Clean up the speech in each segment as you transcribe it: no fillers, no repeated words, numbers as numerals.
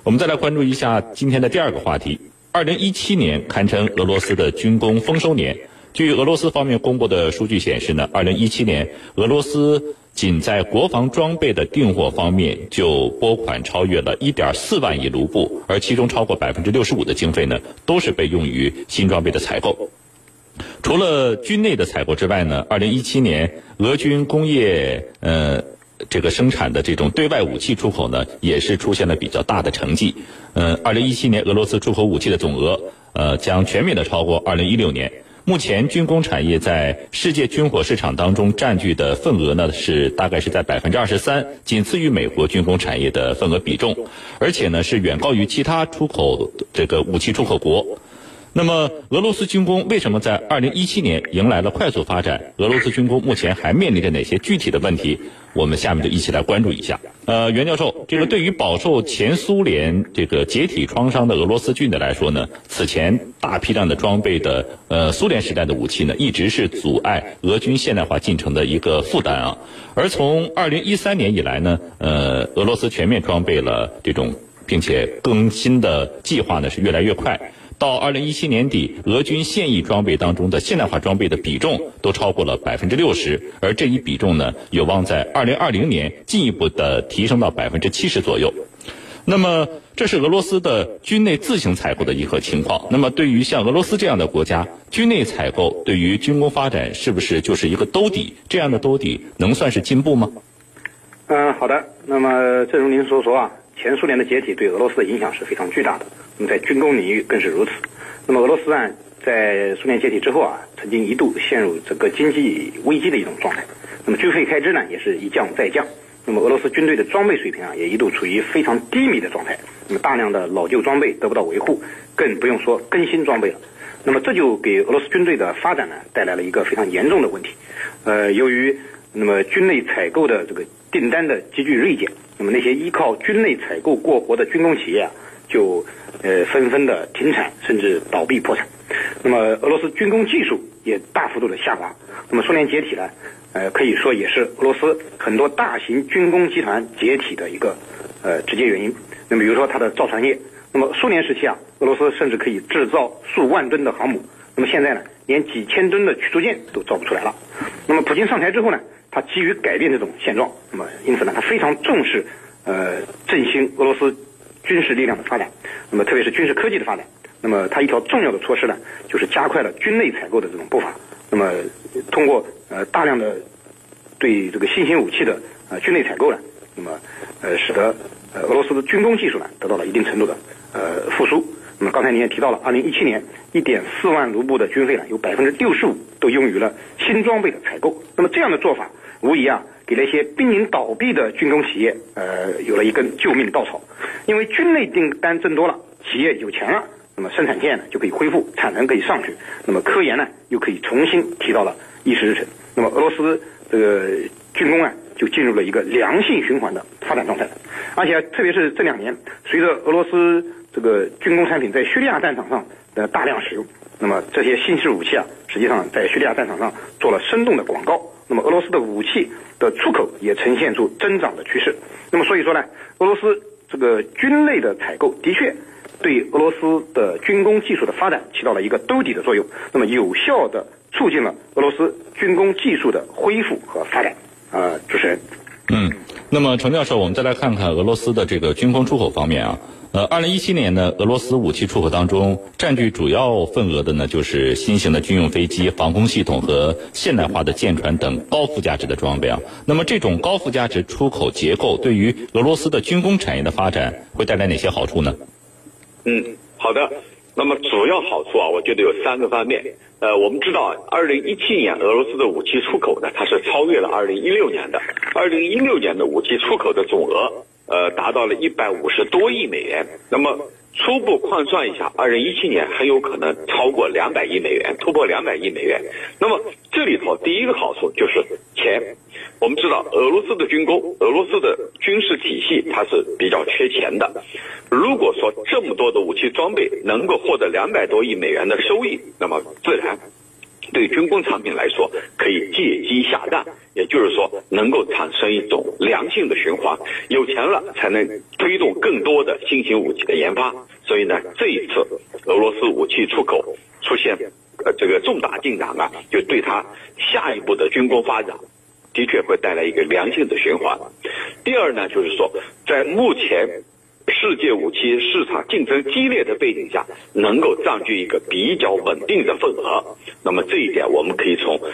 我们再来关注一下今天的第二个话题。2017年堪称俄罗斯的军工丰收年。据俄罗斯方面公布的数据显示呢，2017年俄罗斯仅在国防装备的订货方面就拨款超越了 1.4 万亿卢布，而其中超过 65% 的经费呢，都是被用于新装备的采购。除了军内的采购之外呢，2017年俄军工业生产的这种对外武器出口呢，也是出现了比较大的成绩。2017年俄罗斯出口武器的总额将全面的超过2016年。目前军工产业在世界军火市场当中占据的份额呢，大概是在 23%， 仅次于美国军工产业的份额比重，而且呢是远高于其他出口武器出口国。那么俄罗斯军工为什么在2017年迎来了快速发展？俄罗斯军工目前还面临着哪些具体的问题？我们下面就一起来关注一下。袁教授，对于饱受前苏联解体创伤的俄罗斯军队来说呢，此前大批量的装备的苏联时代的武器呢，一直是阻碍俄军现代化进程的一个负担啊。而从2013年以来呢，俄罗斯全面装备了并且更新的计划呢是越来越快。到2017年底，俄军现役装备当中的现代化装备的比重都超过了 60%， 而这一比重呢，有望在2020年进一步的提升到 70% 左右。那么这是俄罗斯的军内自行采购的一个情况。那么对于像俄罗斯这样的国家，军内采购对于军工发展是不是就是一个兜底？这样的兜底能算是进步吗？ 好的。那么正如您所说啊，前苏联的解体对俄罗斯的影响是非常巨大的。那么在军工领域更是如此。那么俄罗斯在苏联解体之后啊，曾经一度陷入整个经济危机的一种状态。那么军费开支呢也是一降再降。那么俄罗斯军队的装备水平啊也一度处于非常低迷的状态。那么大量的老旧装备得不到维护，更不用说更新装备了。那么这就给俄罗斯军队的发展呢带来了一个非常严重的问题。由于军内采购的订单的急剧锐减，那么那些依靠军内采购过活的军工企业啊就纷纷的停产甚至倒闭破产。那么俄罗斯军工技术也大幅度的下滑。那么苏联解体呢可以说也是俄罗斯很多大型军工集团解体的一个直接原因。那么比如说它的造船业，那么苏联时期啊，俄罗斯甚至可以制造数万吨的航母，那么现在呢连几千吨的驱逐舰都造不出来了。那么普京上台之后呢，他急于改变这种现状，那么因此呢他非常重视振兴俄罗斯军事力量的发展，那么特别是军事科技的发展。那么他一条重要的措施呢，就是加快了军内采购的这种步伐。那么通过大量的对新型武器的军内采购呢，那么使得俄罗斯的军工技术呢得到了一定程度的复苏。那么刚才您也提到了，2017年1.4万卢布的军费呢，有 65% 都用于了新装备的采购。那么这样的做法无疑啊给那些濒临倒闭的军工企业有了一根救命稻草。因为军内订单增多了，企业有钱了，那么生产线呢就可以恢复，产能可以上去，那么科研呢又可以重新提到了议事日程。那么俄罗斯军工啊就进入了一个良性循环的发展状态。而且特别是这2年，随着俄罗斯军工产品在叙利亚战场上的大量使用，那么这些新式武器啊实际上在叙利亚战场上做了生动的广告。那么俄罗斯的武器的出口也呈现出增长的趋势。那么所以说呢，俄罗斯军内的采购的确对俄罗斯的军工技术的发展起到了一个兜底的作用，那么有效的促进了俄罗斯军工技术的恢复和发展。主持人。 那么程教授，我们再来看看俄罗斯的军工出口方面啊。2017年呢，俄罗斯武器出口当中占据主要份额的呢，就是新型的军用飞机、防空系统和现代化的舰船等高附加值的装备啊。那么这种高附加值出口结构对于俄罗斯的军工产业的发展会带来哪些好处呢？ 好的。那么主要好处啊，我觉得有3个方面。我们知道2017年俄罗斯的武器出口呢，它是超越了2016年的。2016年的武器出口的总额达到了150多亿美元。那么初步换算一下，2017年很有可能超过200亿美元，突破200亿美元。那么这里头第一个好处就是钱。我们知道俄罗斯的军工，俄罗斯的军事体系它是比较缺钱的。如果说这么多的武器装备能够获得200多亿美元的收益，那么自然对军工产品来说可以借机下蛋，也就是说能够产生一种良性的循环，有钱了才能推动更多的新型武器的研发。所以呢，这一次俄罗斯武器出口出现这个重大进展啊，就对它下一步的军工发展的确会带来一个良性的循环。第二呢，就是说在目前世界武器市场竞争激烈的背景下，能够占据一个比较稳定的份额。那么这一点我们可以从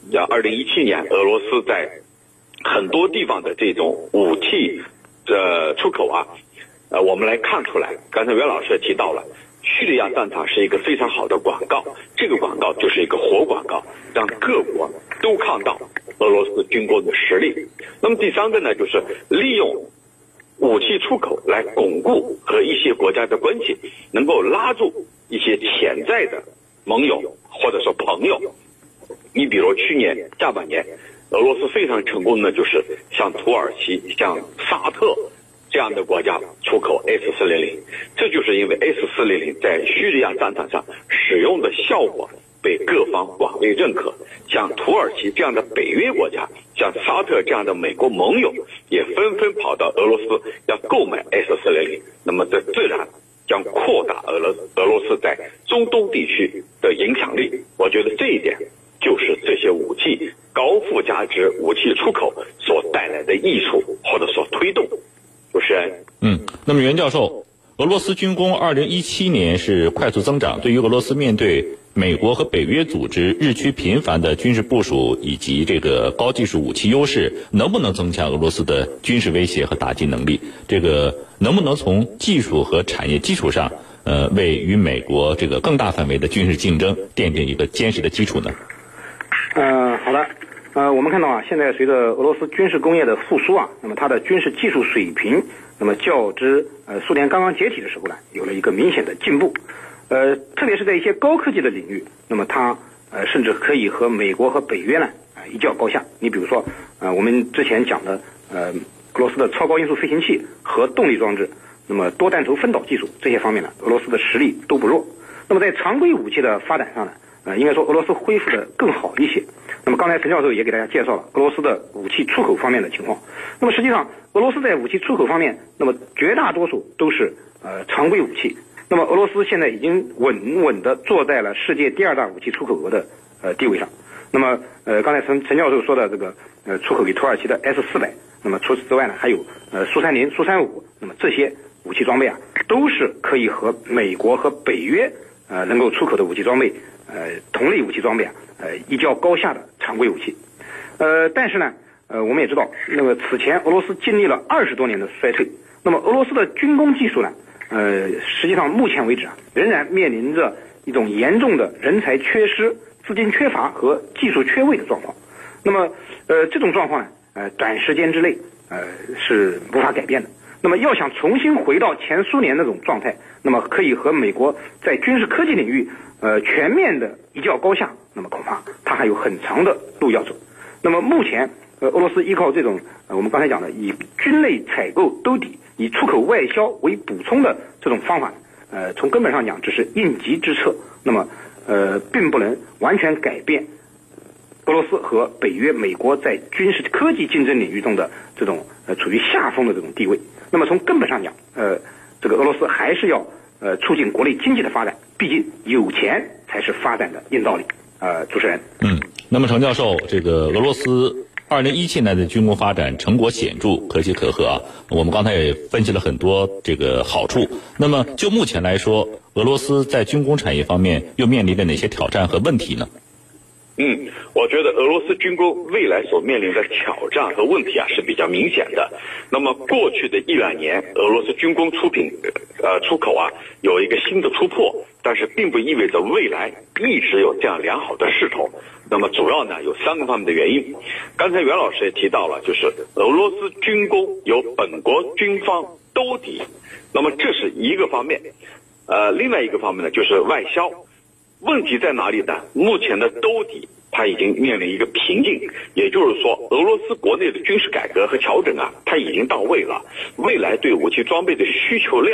2017年俄罗斯在很多地方的这种武器出口啊，我们来看出来。刚才袁老师也提到了，叙利亚战场是一个非常好的广告，这个广告就是一个活广告，让各国都看到俄罗斯军工的实力。那么第三个呢，就是利用武器出口来巩固和一些国家的关系，能够拉住一些潜在的盟友或者说朋友。你比如去年下半年，俄罗斯非常成功的就是向土耳其、向沙特这样的国家出口 S-400，这就是因为 S-400在叙利亚战场上使用的效果被各方广为认可。像土耳其这样的北约国家，像沙特这样的美国盟友，也纷纷跑到俄罗斯要购买 S-400，那么这自然将扩大俄罗斯在中东地区的影响力。我觉得这一点就是这些武器高附加值武器出口所带来的益处或者所推动。主持人， 那么袁教授，俄罗斯军工2017年是快速增长，对于俄罗斯面对美国和北约组织日趋频繁的军事部署以及这个高技术武器优势，能不能增强俄罗斯的军事威胁和打击能力？这个能不能从技术和产业基础上，为与美国这个更大范围的军事竞争奠定一个坚实的基础呢？ 好的。我们看到啊，现在随着俄罗斯军事工业的复苏啊，那么它的军事技术水平，那么较之苏联刚刚解体的时候呢，有了一个明显的进步。特别是在一些高科技的领域，那么它甚至可以和美国和北约呢一较高下。你比如说我们之前讲的俄罗斯的超高音速飞行器和动力装置，那么多弹头分导技术这些方面呢，俄罗斯的实力都不弱。那么在常规武器的发展上呢，应该说俄罗斯恢复的更好一些。那么刚才陈教授也给大家介绍了俄罗斯的武器出口方面的情况。那么实际上俄罗斯在武器出口方面，那么绝大多数都是常规武器。那么俄罗斯现在已经稳稳地坐在了世界第2大武器出口额的地位上。那么刚才陈教授说的这个出口给土耳其的 S-400，那么除此之外呢，还有苏30、苏35，那么这些武器装备啊，都是可以和美国和北约能够出口的武器装备同类武器装备啊一较高下的常规武器。但是呢我们也知道，那么此前俄罗斯经历了20多年的衰退，那么俄罗斯的军工技术呢实际上目前为止啊，仍然面临着一种严重的人才缺失、资金缺乏和技术缺位的状况。那么这种状况呢短时间之内是无法改变的。那么要想重新回到前苏联那种状态，那么可以和美国在军事科技领域全面的一较高下，那么恐怕它还有很长的路要走。那么目前俄罗斯依靠这种我们刚才讲的以军内采购兜底、以出口外销为补充的这种方法，从根本上讲只是应急之策，那么并不能完全改变俄罗斯和北约、美国在军事科技竞争领域中的这种处于下风的这种地位。那么从根本上讲，这个俄罗斯还是要促进国内经济的发展，毕竟有钱才是发展的硬道理。主持人， 那么程教授，这个俄罗斯2017年的军工发展成果显著，可喜可贺啊。我们刚才也分析了很多这个好处。那么就目前来说，俄罗斯在军工产业方面又面临着哪些挑战和问题呢？ 我觉得俄罗斯军工未来所面临的挑战和问题啊是比较明显的。那么过去的1-2年，俄罗斯军工出口啊有一个新的突破，但是并不意味着未来一直有这样良好的势头。那么主要呢有3个方面的原因。刚才袁老师也提到了，就是俄罗斯军工由本国军方兜底，那么这是一个方面。另外一个方面呢就是外销。问题在哪里呢？目前的兜底它已经面临一个瓶颈，也就是说俄罗斯国内的军事改革和调整啊它已经到位了，未来对武器装备的需求量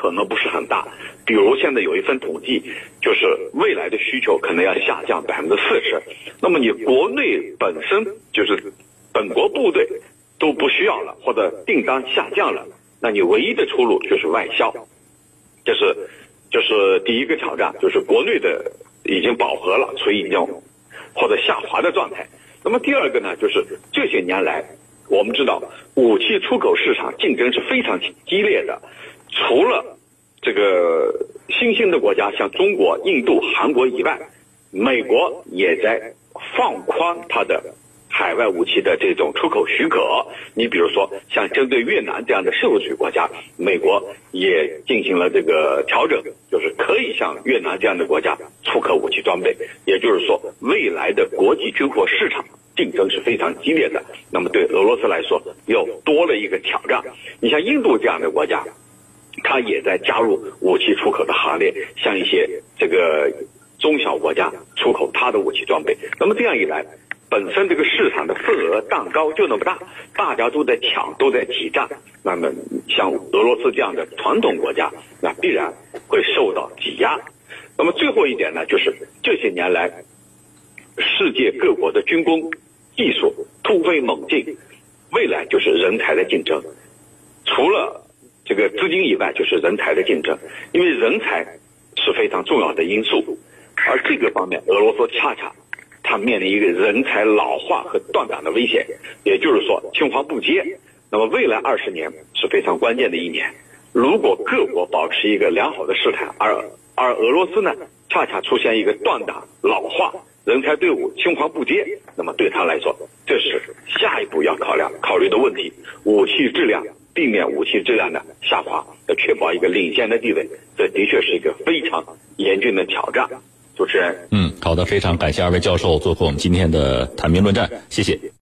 可能不是很大。比如现在有一份统计，就是未来的需求可能要下降40%。那么你国内本身就是本国部队都不需要了，或者订单下降了，那你唯一的出路就是外销。这是第一个挑战，就是国内的已经饱和了，处于一种或者下滑的状态。那么第二个呢，就是这些年来我们知道武器出口市场竞争是非常激烈的，除了这个新兴的国家像中国、印度、韩国以外，美国也在放宽它的海外武器的这种出口许可。你比如说像针对越南这样的社会主义国家，美国也进行了这个调整，就是可以向越南这样的国家出口武器装备。也就是说未来的国际军火市场竞争是非常激烈的，那么对俄罗斯来说又多了一个挑战。你像印度这样的国家，它也在加入武器出口的行列，向一些这个中小国家出口它的武器装备。那么这样一来，本身这个市场的份额蛋糕就那么大，大家都在抢，都在挤占，那么像俄罗斯这样的传统国家，那必然会受到挤压。那么最后一点呢，就是这些年来世界各国的军工技术突飞猛进，未来就是人才的竞争，除了这个资金以外就是人才的竞争，因为人才是非常重要的因素。而这个方面俄罗斯恰恰它面临一个人才老化和断档的危险，也就是说青黄不接。那么未来20年是非常关键的一年，如果各国保持一个良好的势态，而俄罗斯呢恰恰出现一个断档老化，人才队伍青黄不接，那么对他来说这是下一步要考虑的问题。武器质量，避免武器质量的下滑，要确保一个领先的地位，这的确是一个非常严峻的挑战。主持人， 好的，非常感谢2位教授做客我们今天的谈兵论战，谢谢。